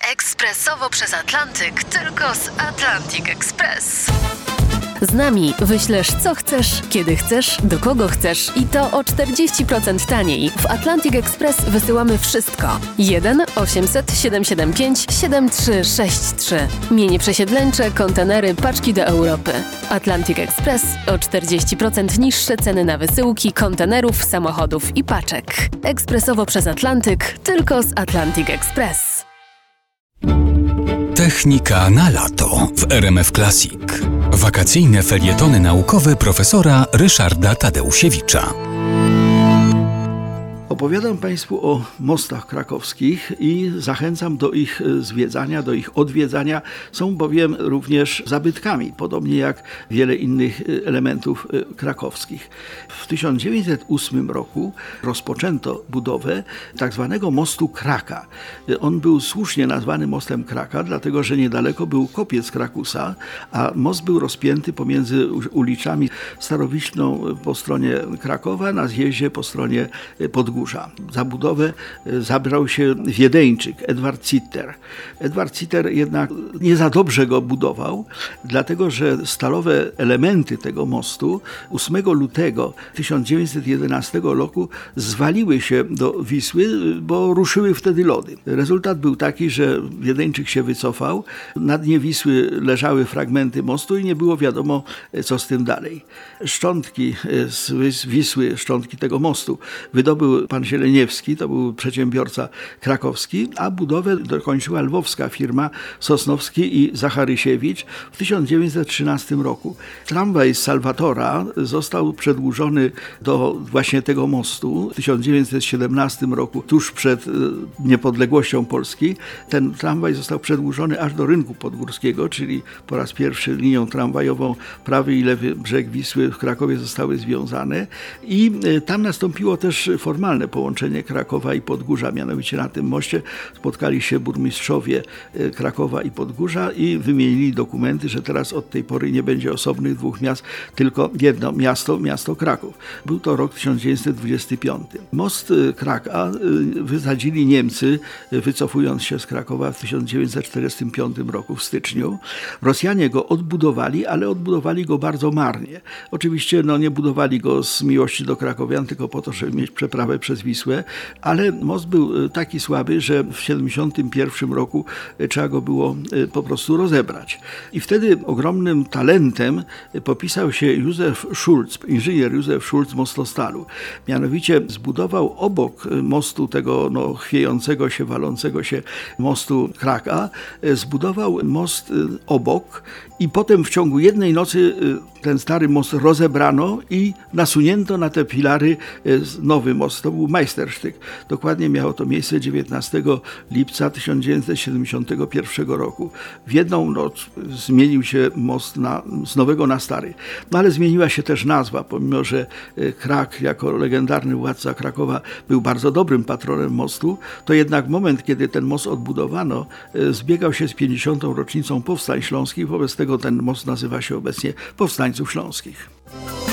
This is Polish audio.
Ekspresowo przez Atlantyk, tylko z Atlantic Express. Z nami wyślesz co chcesz, kiedy chcesz, do kogo chcesz i to o 40% taniej. W Atlantic Express wysyłamy wszystko. 1 800 775 7363. Mienie przesiedleńcze, kontenery, paczki do Europy. Atlantic Express o 40% niższe ceny na wysyłki, kontenerów, samochodów i paczek. Ekspresowo przez Atlantyk, tylko z Atlantic Express. Technika na lato w RMF Classic. Wakacyjne felietony naukowe profesora Ryszarda Tadeusiewicza. Opowiadam Państwu o mostach krakowskich i zachęcam do ich zwiedzania, do ich odwiedzania. Są bowiem również zabytkami, podobnie jak wiele innych elementów krakowskich. W 1908 roku rozpoczęto budowę tak zwanego mostu Kraka. On był słusznie nazwany mostem Kraka, dlatego że niedaleko był kopiec Krakusa, a most był rozpięty pomiędzy ulicami Starowiśną po stronie Krakowa, na zjeździe po stronie Podgórza. Za budowę zabrał się Wiedeńczyk, Edward Zitter. Edward Zitter jednak nie za dobrze go budował, dlatego że stalowe elementy tego mostu 8 lutego 1911 roku zwaliły się do Wisły, bo ruszyły wtedy lody. Rezultat był taki, że Wiedeńczyk się wycofał, na dnie Wisły leżały fragmenty mostu i nie było wiadomo, co z tym dalej. Szczątki z Wisły, szczątki tego mostu wydobył pan Zieleniewski, to był przedsiębiorca krakowski, a budowę dokończyła lwowska firma Sosnowski i Zacharysiewicz w 1913 roku. Tramwaj z Salwatora został przedłużony do właśnie tego mostu w 1917 roku, tuż przed niepodległością Polski. Ten tramwaj został przedłużony aż do Rynku Podgórskiego, czyli po raz pierwszy linią tramwajową prawy i lewy brzeg Wisły w Krakowie zostały związane i tam nastąpiło też formalne połączenie Krakowa i Podgórza. Mianowicie na tym moście spotkali się burmistrzowie Krakowa i Podgórza i wymienili dokumenty, że teraz od tej pory nie będzie osobnych dwóch miast, tylko jedno miasto, miasto Kraków. Był to rok 1925. Most Kraka wysadzili Niemcy, wycofując się z Krakowa w 1945 roku w styczniu. Rosjanie go odbudowali, ale odbudowali go bardzo marnie. Oczywiście nie budowali go z miłości do krakowian, tylko po to, żeby mieć przeprawę przez Wisłę, ale most był taki słaby, że w 1971 roku trzeba go było po prostu rozebrać. I wtedy ogromnym talentem popisał się Józef Schulz, inżynier Józef Schulz Mostostalu. Mianowicie zbudował obok mostu tego chwiejącego się, walącego się mostu Kraka, zbudował most obok i potem w ciągu jednej nocy ten stary most rozebrano i nasunięto na te filary nowy most. To był majstersztyk. Dokładnie miało to miejsce 19 lipca 1971 roku. W jedną noc zmienił się most z nowego na stary. Ale zmieniła się też nazwa, pomimo że Krak jako legendarny władca Krakowa był bardzo dobrym patronem mostu, to jednak moment, kiedy ten most odbudowano, zbiegał się z 50. rocznicą Powstań Śląskich. Wobec tego ten most nazywa się obecnie Powstańców Śląskich.